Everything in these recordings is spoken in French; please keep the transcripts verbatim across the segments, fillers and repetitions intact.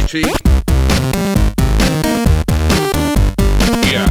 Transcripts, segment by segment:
See? Yeah.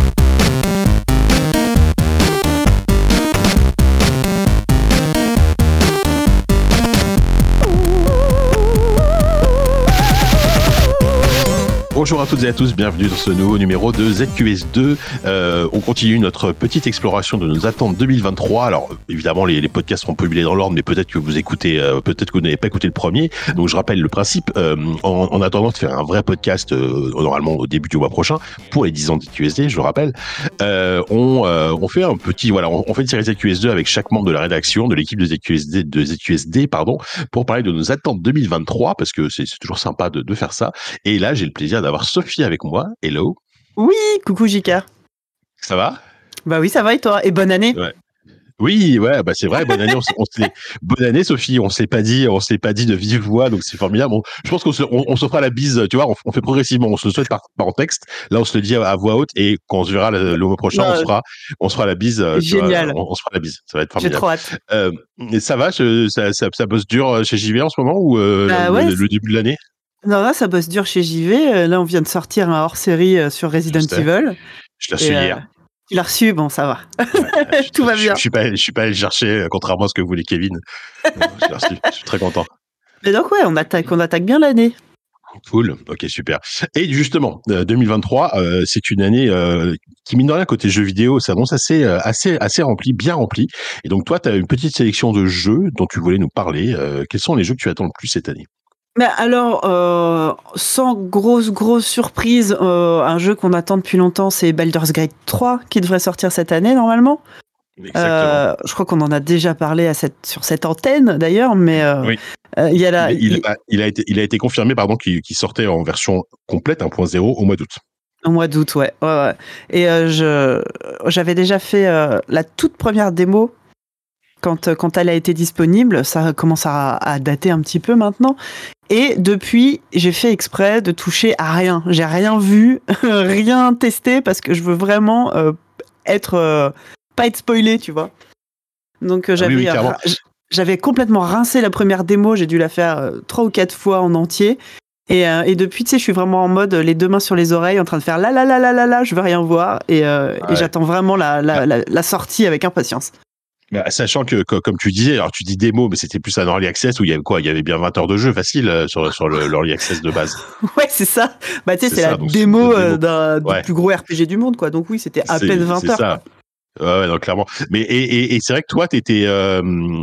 Bonjour à toutes et à tous, bienvenue dans ce nouveau numéro de Z Q S deux. Euh, on continue notre petite exploration de nos attentes deux mille vingt-trois. Alors évidemment, les, les podcasts seront publiés dans l'ordre, mais peut-être que vous écoutez, euh, peut-être que vous n'avez pas écouté le premier. Donc je rappelle le principe. Euh, en, en attendant de faire un vrai podcast, euh, normalement au début du mois prochain, pour les dix ans de Z Q S D, je le rappelle, euh, on, euh, on fait un petit, voilà, on, on fait une série Z Q S deux avec chaque membre de la rédaction, de l'équipe de Z Q S D, de Z Q S D, pardon, pour parler de nos attentes deux mille vingt-trois, parce que c'est, c'est toujours sympa de, de faire ça. Et là, j'ai le plaisir d'avoir Sophie avec moi. Hello. Oui, coucou J K. Ça va? Bah oui, ça va et toi? Et bonne année. Ouais. Oui, ouais, bah c'est vrai, bonne année. On, on s'est, bonne année, Sophie. On s'est pas dit, on s'est pas dit de vive voix, donc c'est formidable. Bon, je pense qu'on se, on, on se fera la bise, tu vois. On, on fait progressivement. On se le souhaite par, par en texte. Là, on se le dit à, à voix haute, et quand on se verra le, le mois prochain, non, on se fera, on se fera la bise. Génial. Vois, on, on se fera la bise. Ça va être formidable. J'ai trop hâte. Euh, et ça va, je, ça, ça, ça bosse dur chez J V en ce moment ou euh, bah le, ouais, le, le début de l'année? Non, là, ça bosse dur chez J V. Là, on vient de sortir un hors-série sur Resident Evil. Je l'ai reçu euh, hier. Tu l'as reçu? Bon, ça va. Ouais, Tout va bien. Je, je suis pas, je suis pas allé le chercher, contrairement à ce que voulait Kevin. Je l'ai reçu. Je suis très content. Mais donc, ouais, on attaque, on attaque bien l'année. Cool, ok, super. Et justement, euh, deux mille vingt-trois, euh, c'est une année euh, qui, mine de rien, côté jeux vidéo, s'annonce assez, euh, assez, assez remplie, bien remplie. Et donc, toi, tu as une petite sélection de jeux dont tu voulais nous parler. Euh, quels sont les jeux que tu attends le plus cette année? Mais alors, euh, sans grosse, grosse surprise, euh, un jeu qu'on attend depuis longtemps, c'est Baldur's Gate trois, qui devrait sortir cette année, normalement. Exactement. Euh, je crois qu'on en a déjà parlé à cette, sur cette antenne, d'ailleurs, mais euh, oui. euh, il y a la... Il, il, il, a été, il a été confirmé, pardon, qu'il, qu'il sortait en version complète, un point zéro, au mois d'août. Au mois d'août, ouais. ouais, ouais. Et euh, je, j'avais déjà fait euh, la toute première démo quand, quand elle a été disponible. Ça commence à, à dater un petit peu maintenant. Et depuis, j'ai fait exprès de toucher à rien. J'ai rien vu, rien testé, parce que je veux vraiment euh, être euh, pas être spoilé, tu vois. Donc euh, j'avais, ah oui, oui, j'avais complètement rincé la première démo. J'ai dû la faire euh, trois ou quatre fois en entier. Et, euh, et depuis, tu sais, je suis vraiment en mode les deux mains sur les oreilles, en train de faire la la la la la la. Je veux rien voir. Et, euh, ah et ouais. j'attends vraiment la, la, la, la sortie avec impatience. Bah, sachant que, comme tu disais, alors tu dis démo, mais c'était plus un early access où il y avait quoi? Il y avait bien vingt heures de jeu facile euh, sur, sur le, l'early access de base. Ouais, c'est ça. Bah, tu sais, c'est, c'est ça, la démo, euh, d'un, ouais. du plus gros R P G du monde, quoi. Donc oui, c'était à c'est, peine vingt c'est heures. Ça. Ouais, ouais, non, clairement. Mais, et, et, et c'est vrai que toi, t'étais, euh,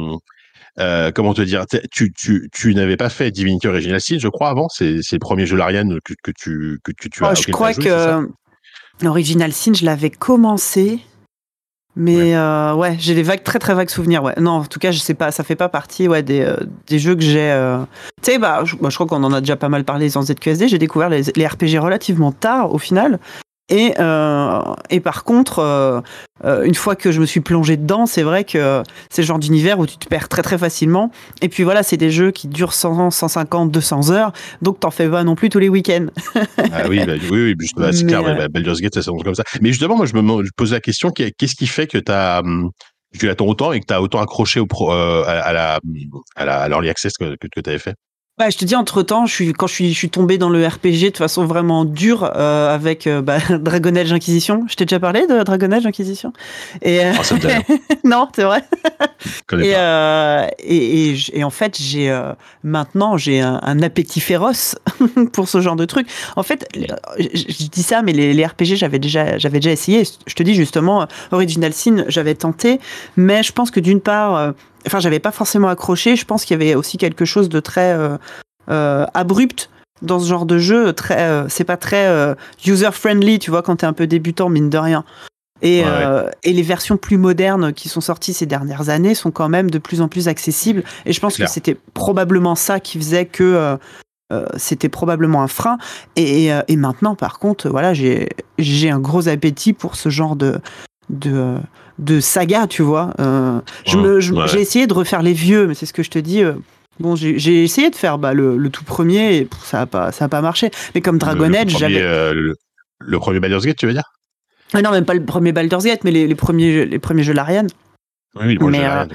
euh, comment te dire, tu, tu, tu n'avais pas fait Divinity Original Sin, je crois, avant. C'est, c'est le premier jeu Larian que, que tu, que, que tu oh, as. Je crois joué, que l'Original Sin, je l'avais commencé. Mais ouais. Euh, ouais, j'ai des vagues, très très vagues souvenirs. Ouais. Non, en tout cas, je sais pas, ça fait pas partie ouais, des, euh, des jeux que j'ai. Euh... Tu sais, bah, je, bah, je crois qu'on en a déjà pas mal parlé dans Z Q S D. J'ai découvert les, les R P G relativement tard au final. Et, euh, et par contre, euh, euh, une fois que je me suis plongé dedans, c'est vrai que c'est le genre d'univers où tu te perds très très facilement. Et puis voilà, c'est des jeux qui durent cent, cent cinquante, deux cents heures, donc t'en fais pas non plus tous les week-ends. Ah oui, bah, oui, oui, juste, bah, c'est Mais clair, euh... bah, Baldur's Gate, ça s'annonce comme ça. Mais justement, moi, je me je pose la question, qu'est-ce qui fait que t'as, tu l'attends autant et que t'as autant accroché au pro, euh, à, à la, à la, à l'early access que, que, que t'avais fait? Bah, je te dis, entre-temps, je suis, quand je suis, je suis tombé dans le R P G de façon vraiment dure euh, avec euh, bah, Dragon Age Inquisition. Je t'ai déjà parlé de Dragon Age Inquisition et, euh... oh, ça me dit non, c'est vrai. Et, euh, et, et, et en fait, j'ai euh, maintenant j'ai un, un appétit féroce pour ce genre de truc. En fait, je, je dis ça, mais les, les R P G, j'avais déjà, j'avais déjà essayé. Je te dis justement, Original Sin, j'avais tenté, mais je pense que d'une part... Euh, Enfin, j'avais pas forcément accroché. Je pense qu'il y avait aussi quelque chose de très euh, euh, abrupt dans ce genre de jeu. Très, euh, c'est pas très euh, user-friendly, tu vois, quand t'es un peu débutant, mine de rien. Et, ouais, euh, ouais. et les versions plus modernes qui sont sorties ces dernières années sont quand même de plus en plus accessibles. Et je pense Claire. que c'était probablement ça qui faisait que euh, euh, c'était probablement un frein. Et, et, et maintenant, par contre, voilà, j'ai, j'ai un gros appétit pour ce genre de... de de saga, tu vois. Euh, je me, je, ouais. J'ai essayé de refaire les vieux, mais c'est ce que je te dis. Euh, bon, j'ai, j'ai essayé de faire bah, le, le tout premier, et ça n'a pas, ça a pas marché. Mais comme Dragon le, Age, le premier, j'avais... Euh, le, le premier Baldur's Gate, tu veux dire? ah non, même pas le premier Baldur's Gate, mais les, les, premiers, les premiers jeux Larian. Oui, les premiers jeux Larian.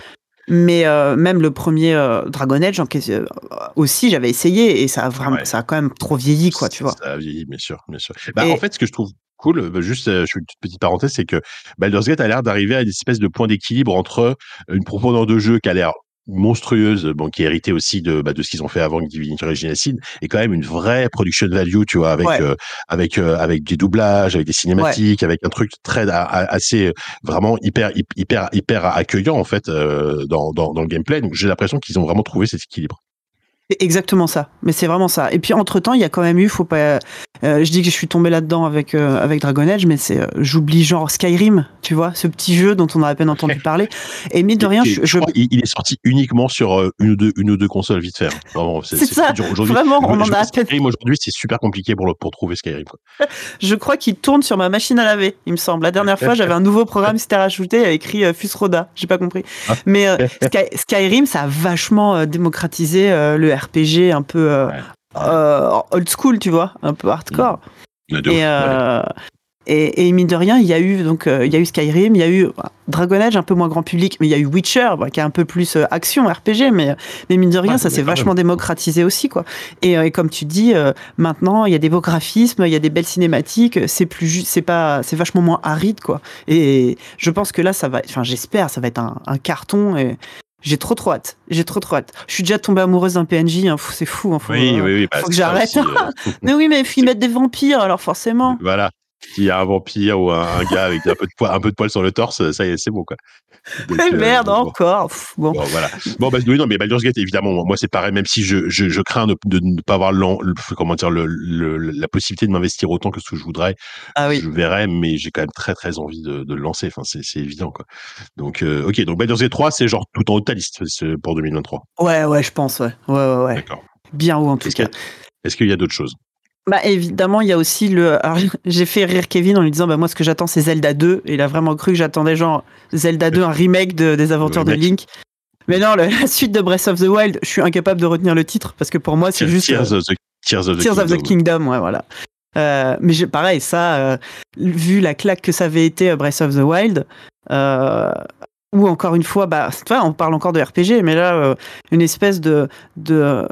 Mais euh, même le premier euh, Dragon Age euh, aussi, j'avais essayé et ça a vraiment, Ouais. ça a quand même trop vieilli, quoi, tu vois. Ça a vieilli, bien sûr, bien sûr. Bah, Et en fait, ce que je trouve cool, bah, juste, euh, je fais une toute petite parenthèse, c'est que Baldur's Gate a l'air d'arriver à une espèce de point d'équilibre entre une profondeur de jeu qui a l'air monstrueuse, bon, qui est héritée aussi de, bah, de ce qu'ils ont fait avant avec Divinity Original Sin, et quand même une vraie production value, tu vois, avec, ouais, euh, avec, euh, avec des doublages, avec des ouais. cinématiques, avec un truc très, a- a- assez, euh, vraiment hyper, hyp- hyper, hyper accueillant, en fait, euh, dans, dans, dans le gameplay. Donc, j'ai l'impression qu'ils ont vraiment trouvé cet équilibre. C'est exactement ça, mais c'est vraiment ça. Et puis entre-temps, il y a quand même eu, faut pas, euh, je dis que je suis tombé là-dedans avec euh, avec Dragon Age, mais c'est, euh, j'oublie genre Skyrim, tu vois, ce petit jeu dont on a à peine entendu parler. Et mine de rien, Qui est- je, je je- crois qu'il il est sorti uniquement sur euh, une ou deux, une ou deux consoles vite fait. hein. Vraiment, c'est c'est c'est ça, très dur aujourd'hui. vraiment, on Je- en je- a à peine. Skyrim aujourd'hui, c'est super compliqué pour le, pour trouver Skyrim. Quoi. Je crois qu'il tourne sur ma machine à laver, il me semble. La dernière fois, j'avais un nouveau programme qui s'était rajouté, il y a écrit euh, Fusroda, j'ai pas compris. Ah. Mais euh, Sky- Skyrim, ça a vachement euh, démocratisé euh, le R P G un peu euh, Ouais. euh, old school, tu vois, un peu hardcore. Ouais, de Et, ouf, ouais. euh, et, et mine de rien, il y a eu donc euh, il y a eu Skyrim, il y a eu bah, Dragon Age un peu moins grand public, mais il y a eu Witcher bah, qui est un peu plus euh, action R P G, mais mais mine de rien, Ouais, ça mais s'est quand vachement même. démocratisé aussi quoi. Et, euh, et comme tu dis, euh, maintenant il y a des beaux graphismes, il y a des belles cinématiques, c'est plus juste, c'est pas, c'est vachement moins aride quoi. Et je pense que là ça va, enfin j'espère, ça va être un, un carton et j'ai trop trop hâte. J'ai trop trop hâte. Je suis déjà tombée amoureuse d'un P N J, hein, pff, c'est fou. Hein, faut, Oui, euh, oui, oui. Bah, faut que c'est ça j'arrête. aussi, euh, Mais oui, mais faut y mettre des vampires alors forcément. voilà. S'il y a un vampire ou un, un gars avec un peu de poil, un peu de poil sur le torse, ça y est, c'est bon quoi. Donc, Mais euh, merde, donc, bon. encore. Pff, bon. Bon, voilà. Bon, bah, oui, non, mais Baldur's Gate, évidemment, moi, c'est pareil, même si je, je, je crains de, de ne pas avoir l'en- le, comment dire, le, le, la possibilité de m'investir autant que ce que je voudrais. Ah oui. Je verrai, mais j'ai quand même très, très envie de, de le lancer. Enfin, c'est, c'est évident, quoi. Donc, euh, ok. Donc, Baldur's Gate trois, c'est genre tout en haut de ta liste c'est pour deux mille vingt-trois. Ouais, ouais, je pense, ouais. Ouais, ouais, ouais. D'accord. Bien haut en tout Est-ce qu'il cas. y a- est-ce qu'il y a d'autres choses? Bah évidemment, il y a aussi le. Alors, j'ai fait rire Kevin en lui disant bah moi ce que j'attends c'est Zelda deux et il a vraiment cru que j'attendais genre Zelda deux, un remake de, des aventures de remake. Link. Mais non, le- la suite de Breath of the Wild, je suis incapable de retenir le titre parce que pour moi c'est juste Tears euh, of the, Tears of the Tears of the Kingdom. Kingdom, ouais voilà. Euh, mais j'ai- pareil, ça, euh, vu la claque que ça avait été euh, Breath of the Wild, euh, ou encore une fois, bah, tu vois, on parle encore de R P G, mais là, euh, une espèce de, de euh,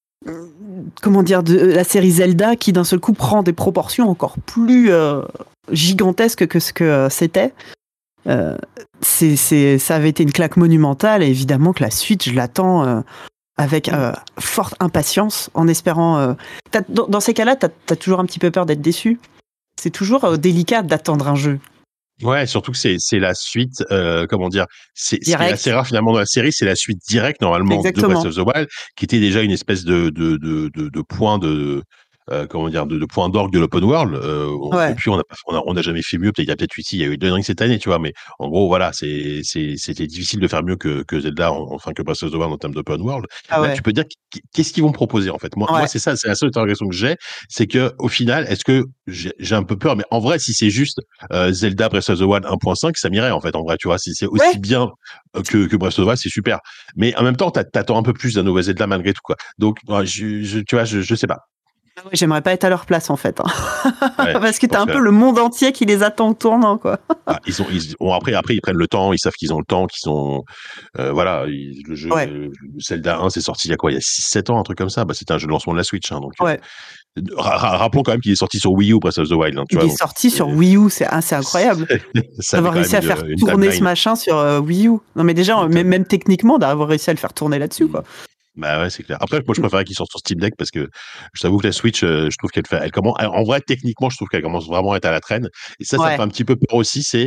comment dire, de la série Zelda qui d'un seul coup prend des proportions encore plus euh, gigantesques que ce que euh, c'était. Euh, c'est, c'est, ça avait été une claque monumentale et évidemment que la suite, je l'attends euh, avec euh, forte impatience, en espérant. Euh, t'as- dans, dans ces cas-là, t'as, t'as toujours un petit peu peur d'être déçu. C'est toujours euh, délicat d'attendre un jeu. Ouais, surtout que c'est c'est la suite, euh, comment dire, c'est ce qui est Direct. assez rare finalement dans la série, c'est la suite directe normalement Exactement. de Breath of the Wild, qui était déjà une espèce de de de de, de point de euh, comment dire de, de point d'orgue de l'open world. Euh, on- Ouais. Depuis, on n'a pas, on a, on a jamais fait mieux. Peut-être il y a peut-être ici, il y a eu Elden Ring cette année, tu vois, mais en gros voilà, c'est c'est c'était difficile de faire mieux que que Zelda, en- enfin que Breath of the Wild en termes d'open world. Ah Là, ouais. tu peux dire qu- qu'est-ce qu'ils vont proposer en fait. Moi, Ouais. moi c'est ça, c'est la seule interrogation que j'ai, c'est que au final, est-ce que j'ai j'ai un peu peur, mais en vrai, si c'est juste euh, Zelda Breath of the Wild un point cinq, ça m'irait en fait en vrai, tu vois, si c'est aussi Ouais. bien euh, que, que Breath of the Wild, c'est super. Mais en même temps, t'a- t'attends un peu plus d'un nouveau Zelda malgré tout quoi. Donc, ouais, je, je- tu vois, je, je sais pas. Ah ouais, j'aimerais pas être à leur place en fait. hein. Ouais, Parce que je t'as un pense peu que- le monde entier qui les attend au tournant, quoi. Ah, ils ont, ils, bon, après, après, ils prennent le temps, ils savent qu'ils ont le temps, qu'ils ont, euh, voilà, ils- le jeu, Ouais. euh, Zelda un, c'est sorti il y a quoi, il y a six sept ans, un truc comme ça. Bah, c'était un jeu de lancement de la Switch, hein, donc. euh, Ouais. ra- ra- rappelons quand même qu'il est sorti sur Wii U, Breath of the Wild. Hein, tu Il vois, est donc, sorti sur euh, Wii U, c'est, ah, c'est incroyable. ça D'avoir avait réussi à quand même faire une- une tourner ce timeline. machin sur euh, Wii U. Non mais déjà, Une même, même techniquement, d'avoir réussi à le faire tourner là-dessus, quoi. Bah ouais, c'est clair. Après, moi, je préférais qu'il sorte sur Steam Deck parce que je t'avoue que la Switch, euh, je trouve qu'elle fait, elle commence, en vrai, techniquement, je trouve qu'elle commence vraiment à être à la traîne. Et ça, ça me Ouais. fait un petit peu peur aussi, c'est,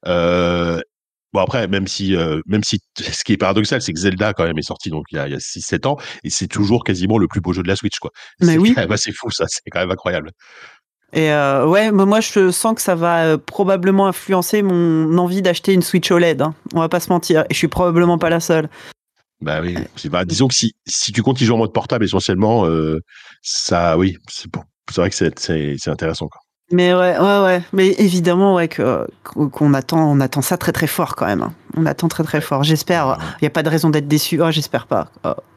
euh, bon après, même si, euh, même si, ce qui est paradoxal, c'est que Zelda, quand même, est sorti, donc, il y a, il y a six sept ans, et c'est toujours quasiment le plus beau jeu de la Switch, quoi. Mais C'est oui. quand même assez fou, ça, c'est quand même incroyable. Et euh, ouais, mais moi je sens que ça va euh, probablement influencer mon envie d'acheter une Switch O L E D. Hein. On va pas se mentir. Et je suis probablement pas la seule. Bah oui. C'est- Bah, disons que si, si tu comptes y jouer en mode portable, essentiellement, euh, ça, oui, c'est bon. C'est vrai que c'est, c'est, c'est intéressant, quoi. Mais ouais, ouais, ouais. Mais évidemment, ouais, que, qu'on attend, on attend ça très très fort quand même. hein. On attend très très fort. J'espère. Il n'y a pas de raison d'être déçu. Oh, j'espère pas. Oh,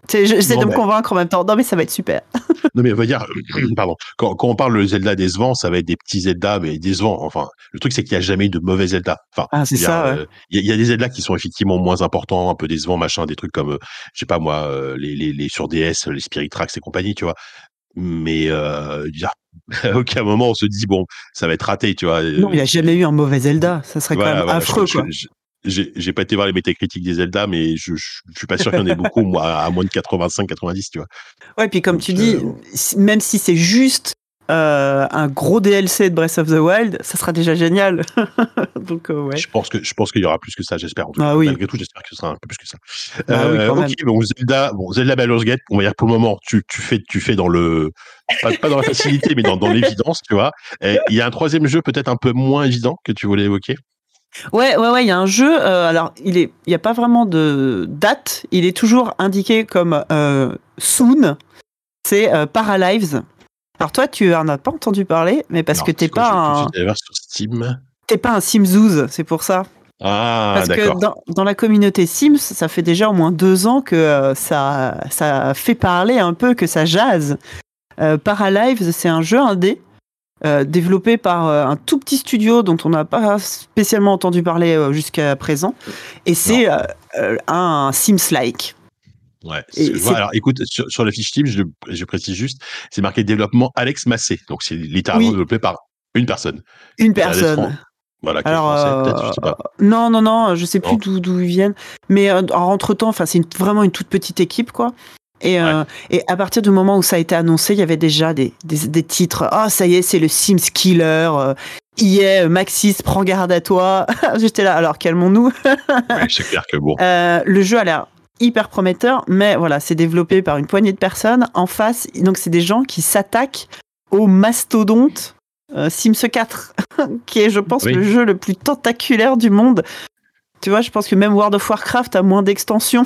C'est- J'essaie Non, de me mais, convaincre en même temps. Non, mais ça va être super. non, mais on va dire, pardon, quand, quand on parle de Zelda décevant, ça va être des petits Zelda, mais décevants. Enfin, le truc, c'est qu'il n'y a jamais eu de mauvais Zelda. Enfin, Ah, c'est je veux dire, ça, ouais. euh, il y, a- il y a des Zelda qui sont effectivement moins importants, un peu décevants, machin, des trucs comme, euh, je sais pas moi, euh, les, les, les sur D S, les Spirit Tracks et compagnie, tu vois. Mais, euh, je veux dire, à aucun moment on se dit, bon, ça va être raté, tu vois. Non, il n'y Euh, a jamais eu un mauvais Zelda. Ça serait quand même Voilà, voilà. Je, affreux, je, quoi. je- j'ai j'ai pas été voir les métacritiques des Zelda, mais je, je, je suis pas sûr qu'il y en ait beaucoup, moi, à moins de quatre-vingt-cinq, quatre-vingt-dix, tu vois. Ouais, puis comme Donc, tu dis, euh, si- même si c'est juste euh, un gros D L C de Breath of the Wild, ça sera déjà génial. Donc, euh, ouais. je pense que je pense qu'il y aura plus que ça, j'espère en tout cas. Ah oui, Malgré tout, j'espère que ce sera un peu plus que ça. bah oui, Euh, quand ok, même. bon Zelda, bon Zelda Baldur's Gate, on va dire pour le moment, tu, tu fais tu fais dans le pas, pas dans la facilité, mais dans, dans l'évidence, tu vois. Et il y a un troisième jeu peut-être un peu moins évident que tu voulais évoquer. Ouais, ouais, ouais, il y a un jeu. Euh, alors, il est, il y a pas vraiment de date. Il est toujours indiqué comme euh, soon. C'est euh, Paralives. Alors toi, tu en as pas entendu parler, mais parce Alors, que t'es c'est quoi, je pas vais tout de un, suite aller voir sur Steam. t'es pas un Simzouz, c'est pour ça. Ah, Parce que d'accord. dans, dans la communauté Sims, ça fait déjà au moins deux ans que euh, ça, ça fait parler un peu, que ça jase. Euh, Paralives, c'est un jeu indé euh, développé par euh, un tout petit studio dont on n'a pas spécialement entendu parler euh, jusqu'à présent. Et c'est euh, euh, un Sims-like. Ouais, c'est ce Et que je vois. c'est... Alors, écoute, sur, sur la fiche Steam, je, je précise juste, c'est marqué développement Alex Massé. Donc, c'est littéralement Oui, développé par une personne. une Ça a l'air d'être fran- personne. Voilà, qui est Alors, français, peut-être, je euh, sais pas. non, non, non, je sais plus Non. d'où, d'où ils viennent. Mais euh, entre-temps, enfin, c'est une- vraiment une toute petite équipe, quoi. Et, euh, et à partir du moment où ça a été annoncé, il y avait déjà des, des, des titres. Ah, oh, ça y est, c'est le Sims Killer. Euh, y est, Maxis, prends garde à toi. J'étais là, alors calmons-nous. Ouais, c'est clair que bon. Euh, le jeu a l'air hyper prometteur, mais voilà, c'est développé par une poignée de personnes. En face, donc c'est des gens qui s'attaquent au mastodonte euh, Sims quatre, qui est, je pense, Oui. le jeu le plus tentaculaire du monde. Tu vois, je pense que même World of Warcraft a moins d'extensions.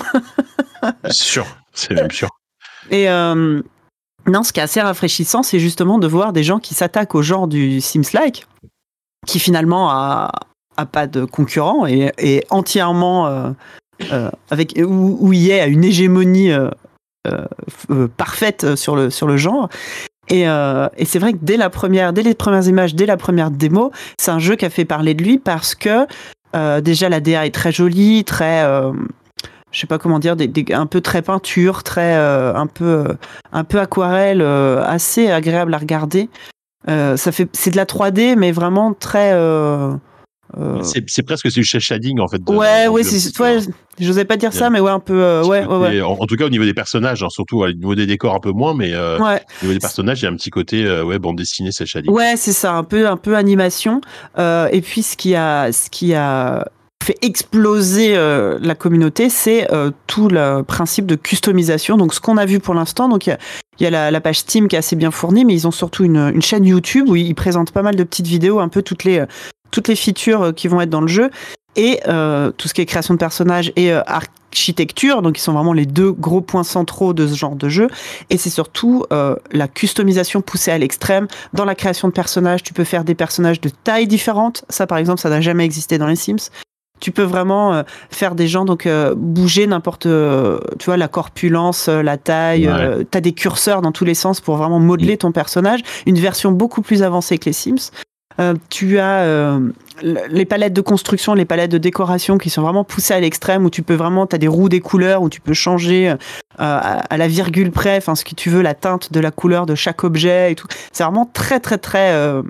C'est sûr, c'est même sûr. Et euh, non, ce qui est assez rafraîchissant, c'est justement de voir des gens qui s'attaquent au genre du Sims-like, qui finalement a, a pas de concurrent et est entièrement euh, euh, avec où, où il est à une hégémonie euh, euh, euh, parfaite sur le sur le genre. Et, euh, et c'est vrai que dès la première, dès les premières images, dès la première démo, c'est un jeu qui a fait parler de lui parce que euh, déjà la D A est très jolie, très euh, je sais pas comment dire, des, des, un peu très peinture, très euh, un peu euh, un peu aquarelle, euh, assez agréable à regarder. Euh, ça fait, c'est de la trois D, mais vraiment très. Euh, euh... C'est, c'est presque c'est du cel shading en fait. De, ouais, ouais, c'est, c'est, ouais, j'osais pas dire ça, mais ouais, un peu. Euh, ouais, ouais, ouais. En, en tout cas, au niveau des personnages, hein, surtout au niveau des décors un peu moins, mais euh, ouais. au niveau des personnages, il y a un petit côté euh, ouais, bande dessinée, cel shading. Ouais, c'est ça, un peu, un peu animation. Euh, et puis ce qui a, ce qui a fait exploser euh, la communauté, c'est euh, tout le principe de customisation. Donc ce qu'on a vu pour l'instant, donc il y a, y a la, la page Steam qui est assez bien fournie, mais ils ont surtout une, une chaîne YouTube où ils présentent pas mal de petites vidéos, un peu toutes les, toutes les features qui vont être dans le jeu et euh, tout ce qui est création de personnages et euh, architecture. Donc ils sont vraiment les deux gros points centraux de ce genre de jeu. Et c'est surtout euh, la customisation poussée à l'extrême. Dans la création de personnages, tu peux faire des personnages de tailles différentes. Ça, par exemple, ça n'a jamais existé dans les Sims. Tu peux vraiment euh, faire des gens donc euh, bouger n'importe, euh, tu vois, la corpulence, euh, la taille. Ouais. Euh, t'as des curseurs dans tous les sens pour vraiment modeler ton personnage. Une version beaucoup plus avancée que les Sims. Euh, tu as euh, les palettes de construction, les palettes de décoration qui sont vraiment poussées à l'extrême, où tu peux vraiment, tu as des roues des couleurs, où tu peux changer euh, à, à la virgule près, enfin ce que tu veux, la teinte de la couleur de chaque objet et tout. C'est vraiment très très très euh,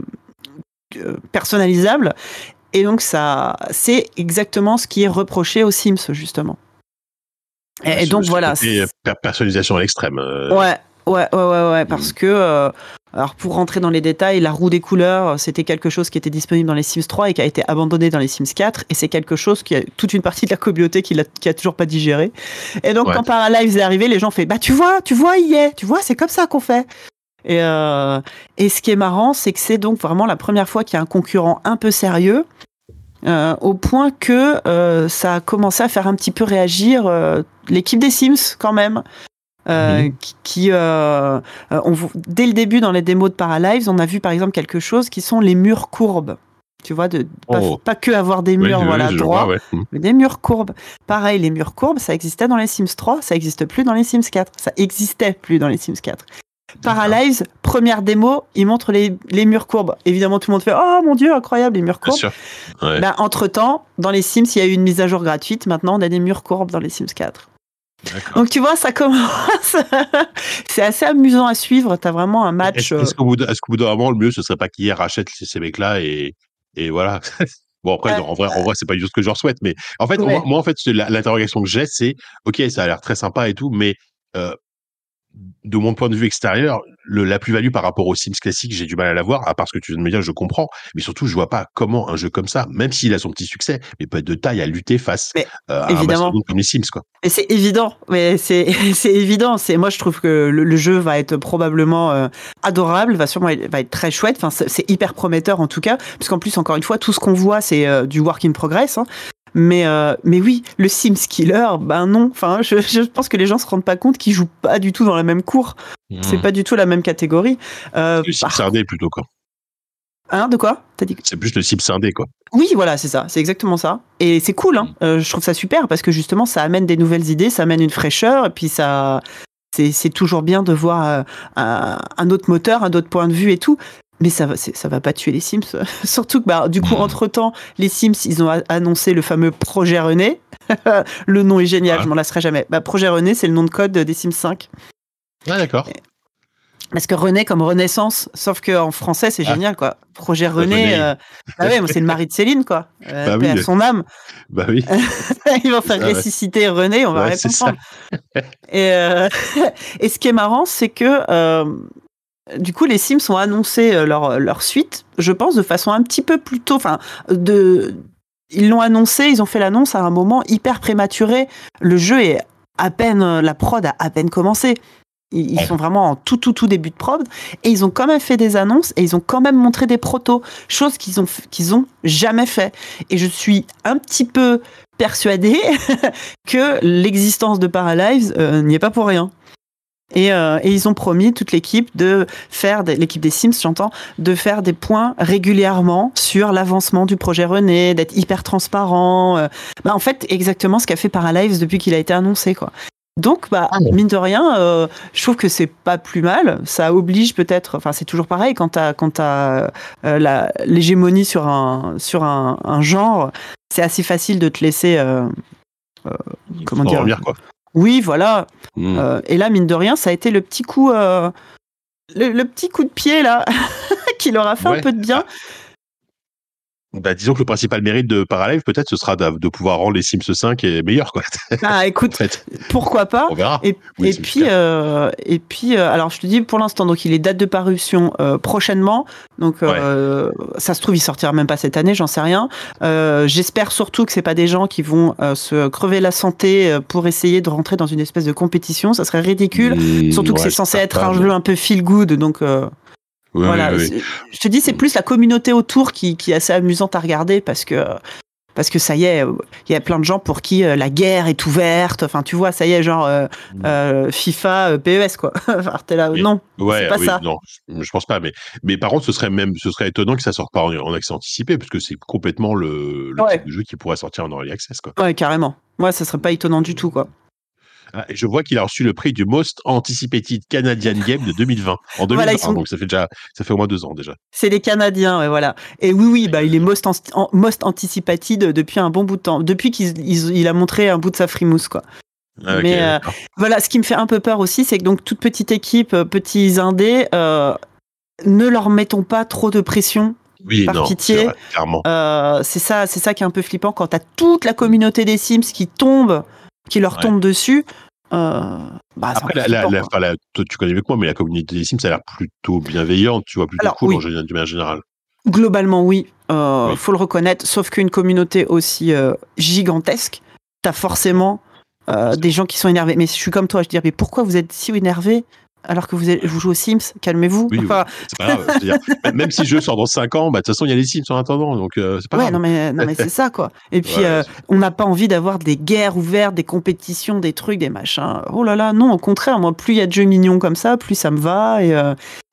personnalisable. Et donc ça, c'est exactement ce qui est reproché aux Sims justement. Et, Ouais, et donc ce, voilà. Ce personnalisation à l'extrême. Euh... Ouais. Ouais, ouais, ouais, ouais, parce mmh. que, euh, alors pour rentrer dans les détails, la roue des couleurs, c'était quelque chose qui était disponible dans les Sims trois et qui a été abandonné dans les Sims quatre, et c'est quelque chose qui a toute une partie de la communauté qui l'a, qui a toujours pas digéré. Et donc ouais. Quand Paralives est arrivé, les gens font, bah tu vois, tu vois, il y est, tu vois, c'est comme ça qu'on fait. Et, euh, et ce qui est marrant, c'est que c'est donc vraiment la première fois qu'il y a un concurrent un peu sérieux, euh, au point que euh, ça a commencé à faire un petit peu réagir euh, l'équipe des Sims quand même. Euh, mmh. qui, qui euh, on, dès le début dans les démos de Paralives, on a vu par exemple quelque chose qui sont les murs courbes. Tu vois, de pas, Oh. pas que avoir des murs Oui, oui, voilà, je droits, vois, ouais. Mm. mais des murs courbes. Pareil, les murs courbes, ça existait dans les Sims trois, ça existe plus dans les Sims quatre. Ça existait plus dans les Sims quatre. Paralives, première démo, ils montrent les, les murs courbes. Évidemment, tout le monde fait « Oh mon Dieu, incroyable, les murs Bien courbes sûr. » Ouais. Ben, entre-temps, dans les Sims, il y a eu une mise à jour gratuite. Maintenant, on a des murs courbes dans les Sims quatre. D'accord. Donc, tu vois, ça commence. C'est assez amusant à suivre. Tu as vraiment un match. Est-ce, est-ce qu'au bout de- est-ce qu'au bout d'un moment, le mieux, ce serait pas qu'hier rachète ces, ces mecs-là et, et voilà. Bon, après, Euh, en vrai, en vrai, c'est pas juste ce que je leur souhaite, mais en fait, ouais. moi, moi, en fait, la- l'interrogation que j'ai, c'est, ok, ça a l'air très sympa et tout, mais euh, de mon point de vue extérieur, le, la plus-value par rapport aux Sims classiques, j'ai du mal à la voir, à part ce que tu viens de me dire, je comprends, mais surtout, je vois pas comment un jeu comme ça, même s'il a son petit succès, mais peut être de taille à lutter face Mais euh, à un évidemment. mastodonte comme les Sims, quoi. Et c'est évident, mais c'est c'est évident. C'est moi je trouve que le, le jeu va être probablement euh, adorable, va sûrement être, va être très chouette. Enfin c'est, c'est hyper prometteur en tout cas, puisqu'en plus encore une fois tout ce qu'on voit c'est euh, du work in progress. Hein. Mais euh, mais oui, le Sims Killer, ben non. Enfin je, je pense que les gens se rendent pas compte qu'ils jouent pas du tout dans la même cour. Mmh. C'est pas du tout la même catégorie. Euh, Le Sims par... indé plutôt, quoi. Hein, de quoi t'as dit? C'est plus le Sims indé, quoi. Oui, voilà, c'est ça, c'est exactement ça. Et c'est cool, hein. Euh, je trouve ça super parce que justement, ça amène des nouvelles idées, ça amène une fraîcheur, et puis ça, c'est, c'est toujours bien de voir euh, un, un autre moteur, un autre point de vue et tout. Mais ça va, c'est, ça va pas tuer les Sims. Surtout que, bah, du coup, entre temps, les Sims, ils ont a- annoncé le fameux projet René. Le nom est génial, Ouais. je m'en lasserai jamais. Bah, projet René, c'est le nom de code des Sims cinq. Ah, d'accord. Parce que René comme Renaissance, sauf qu'en français, c'est Ah. génial, quoi. Projet René, René. euh, ah ouais, moi, c'est le mari de Céline, quoi. Euh, Bah paix oui. à son âme. Bah oui. Ils vont faire Ah ouais. ressusciter René, on va Ouais, rien c'est ça. comprendre. Et, euh, et ce qui est marrant, c'est que euh, du coup, les Sims ont annoncé euh, leur, leur suite, je pense, de façon un petit peu plus tôt. Enfin, de, ils l'ont annoncé, ils ont fait l'annonce à un moment hyper prématuré. Le jeu est à peine, la prod a à peine commencé. Ils, ils sont vraiment en tout, tout, tout début de prod. Et ils ont quand même fait des annonces et ils ont quand même montré des protos, chose qu'ils ont, qu'ils ont jamais fait. Et je suis un petit peu persuadée que l'existence de Paralives euh, n'y est pas pour rien. Et, euh, et ils ont promis, toute l'équipe, de faire, des, l'équipe des Sims, j'entends, de faire des points régulièrement sur l'avancement du projet René, d'être hyper transparent. Euh, bah, en fait, exactement ce qu'a fait Paralives depuis qu'il a été annoncé, quoi. Donc, bah, mine de rien, euh, je trouve que c'est pas plus mal. Ça oblige peut-être, enfin, c'est toujours pareil quand t'as, quand t'as euh, la, l'hégémonie sur un, sur un, un genre, c'est assez facile de te laisser, euh, euh, comment Faut dire, revenir, quoi. oui, voilà. Mmh. Euh, et là, mine de rien, ça a été le petit coup, euh, le, le petit coup de pied là, qui leur a fait Ouais. un peu de bien. Bah, disons que le principal mérite de Paralive, peut-être, ce sera de, de pouvoir rendre les Sims cinq meilleurs, quoi. Ah, écoute, En fait. pourquoi pas. On verra. Et, Oui, et c'est puis, super. euh, et puis, euh, alors je te dis pour l'instant, donc il est date de parution euh, prochainement. Donc euh, ça se trouve, il sortira même pas cette année, j'en sais rien. Euh, j'espère surtout que c'est pas des gens qui vont euh, se crever la santé euh, pour essayer de rentrer dans une espèce de compétition. Ça serait ridicule. Mmh, Surtout que ouais, c'est censé j'espère être pas, un mais- jeu un peu feel good, donc. Euh, Oui, Voilà, oui, oui. c'est- je te dis, c'est plus la communauté autour qui, qui est assez amusante à regarder parce que, parce que ça y est, il y a plein de gens pour qui euh, la guerre est ouverte. Enfin, tu vois, ça y est, genre euh, euh, FIFA, euh, P E S, quoi. Enfin, t'es là, Oui. non, Ouais, c'est pas oui, ça. non, je, je pense pas, mais, mais par contre, ce serait même, ce serait étonnant que ça sorte pas en, en accès anticipé, parce que c'est complètement le, le Ouais. type de jeu qui pourrait sortir en early access, quoi. Ouais, carrément. Moi, ça serait pas étonnant du tout, quoi. Ah, et je vois qu'il a reçu le prix du Most Anticipated Canadian Game de deux mille vingt. En deux mille vingt, Voilà, ils sont- donc ça fait déjà, ça fait au moins deux ans déjà. C'est les Canadiens, ouais, voilà. Et oui, oui, bah, il est most, an- an- most anticipated depuis un bon bout de temps. Depuis qu'il il, il a montré un bout de sa frimousse, quoi. Ah, ok, Mais euh, d'accord. voilà, ce qui me fait un peu peur aussi, c'est que donc toute petite équipe, euh, petits indés, euh, ne leur mettons pas trop de pression. Oui, par non, pitié. c'est vrai, clairement. Euh, c'est ça, c'est ça qui est un peu flippant quand t'as toute la communauté des Sims qui tombe, qui leur Ouais. tombe dessus. Euh, bah, c'est un Après, peu la, la, flippant, la, quoi. enfin, la- toi, tu connais mieux que moi, mais la communauté des Sims, ça a l'air plutôt bienveillante, tu vois, plutôt Alors, cool oui. en général, du manière générale. Globalement, oui, euh, Oui. faut le reconnaître. Sauf qu'une communauté aussi euh, gigantesque, t'as forcément euh, des gens qui sont énervés. Mais je suis comme toi, je dis, mais pourquoi vous êtes si énervé alors que vous, êtes, vous jouez aux Sims? Calmez-vous. Oui, Enfin, oui, c'est pas grave. C'est-à-dire, même si le jeu sort dans cinq ans, bah, de toute façon, il y a les Sims en attendant, donc euh, c'est pas ouais, grave. non mais, non mais c'est ça, quoi. Et puis, Ouais, euh, c'est- on n'a pas envie d'avoir des guerres ouvertes, des compétitions, des trucs, des machins. Oh là là, non, au contraire, moi, plus il y a de jeux mignons comme ça, plus ça me va. Et, euh,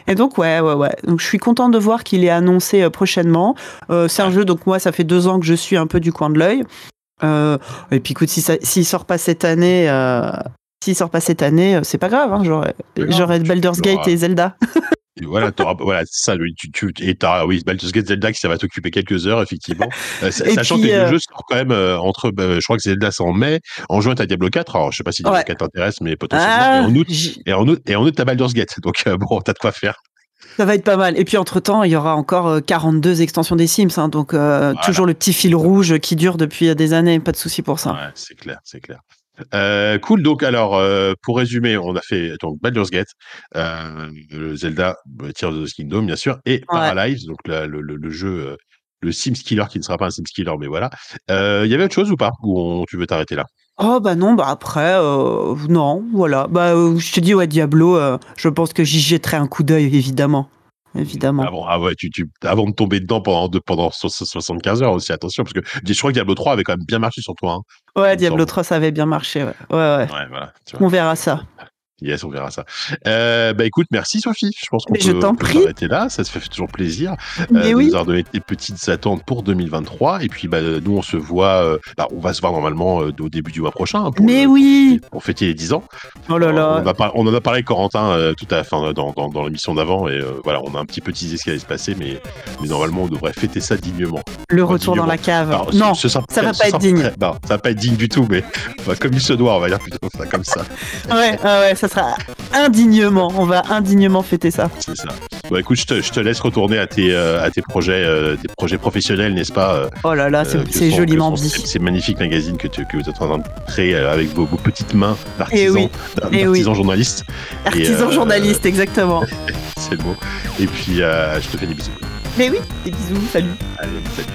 Et donc, ouais, ouais, ouais. Donc, je suis contente de voir qu'il est annoncé euh, prochainement. Euh, c'est un jeu, donc moi, ça fait deux ans que je suis un peu du coin de l'œil. Euh, et puis, écoute, si ça, s'il sort pas cette année, euh, s'il sort pas cette année, euh, c'est pas grave. Hein, j'aurais, non, j'aurais tu- Baldur's tu Gate l'auras. et Zelda. Et voilà, t'auras- voilà, c'est ça, oui, tu, tu, et t'as, oui, Baldur's Gate Zelda qui ça va t'occuper quelques heures, effectivement. Euh, sa- Et sachant que puis, les deux euh, jeux sortent quand même euh, entre, bah, je crois que Zelda c'est en mai, en juin t'as Diablo quatre, alors je sais pas si Diablo ouais. quatre t'intéresse, mais potentiellement, et Ah, en août, j- et en août, et en août t'as Baldur's Gate, donc euh, bon, t'as de quoi faire. ça va être pas mal. Et puis, entre-temps, il y aura encore euh, quarante-deux extensions des Sims. Hein, donc, euh, Voilà. toujours le petit fil rouge qui dure depuis euh, des années. Pas de souci pour ça. Ouais, c'est clair, c'est clair. Euh, cool, donc alors, euh, pour résumer, on a fait donc Baldur's Gate, euh, le Zelda, euh, Tears of the Kingdom, bien sûr, et Ouais. Paralyze, donc la- le, le, le jeu, euh, le Sims Killer, qui ne sera pas un Sims Killer, mais voilà. Euh, Il y avait autre chose ou pas? Ou on- tu veux t'arrêter là? Oh bah non, bah après, euh, non, voilà. Bah euh, je te dis, ouais, Diablo, euh, je pense que j'y jetterai un coup d'œil, évidemment. Évidemment. Ah bon, ah ouais, tu, tu, avant de tomber dedans pendant, de, pendant so- so- soixante-quinze heures aussi, attention, parce que je crois que Diablo trois avait quand même bien marché sur toi, hein, Ouais, il me Diablo semble. trois, ça avait bien marché, ouais. Ouais, ouais. Ouais, voilà, tu On vois. verra ça. Yes, on verra ça. Euh, bah écoute, merci Sophie. Je pense qu'on Mais je peut, on t'en peut prie. s'arrêter là. Ça se fait toujours plaisir euh, Mais de nous oui. avoir donné tes petites attentes pour deux mille vingt-trois. Et puis bah, nous, on se voit, euh, bah, on va se voir normalement euh, au début du mois prochain hein, pour, Mais le, pour, oui. fêter, pour fêter les dix ans. Oh là Euh, on, là. en a par- on en a parlé, Corentin, euh, tout à la fin dans, dans, dans l'émission d'avant. Et euh, voilà, on a un petit peu teasé ce qui allait se passer, mais, mais normalement, on devrait fêter ça dignement. Le Enfin, retour dans dignement. la cave. Alors, Non, ce sera- ça va ce pas être sera digne. très- non, ça va pas être digne du tout, mais enfin, comme il se doit, on va dire plutôt ça comme ça. Ouais, ouais, ouais, ça sera indignement. On va indignement fêter ça. C'est ça. Bon, écoute, je te, je te laisse retourner à tes, euh, à tes projets, euh, tes projets professionnels, n'est-ce pas euh, Oh là là, euh, c'est, que c'est sont- joliment que sont dit. ces, ces magnifiques magazines que, tu- que vous êtes en train de créer euh, avec vos, vos petites mains d'artisans, Eh oui, eh d'artisans oui. journalistes. Artisan euh, journaliste, exactement. C'est le mot. Et puis, euh, je te fais des bisous. Mais oui, des bisous, salut. Allez,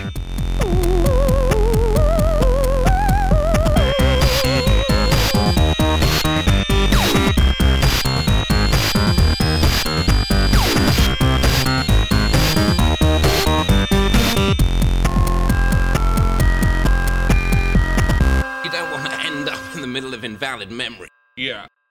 salut. You don't want to end up in the middle of invalid memory. Yeah.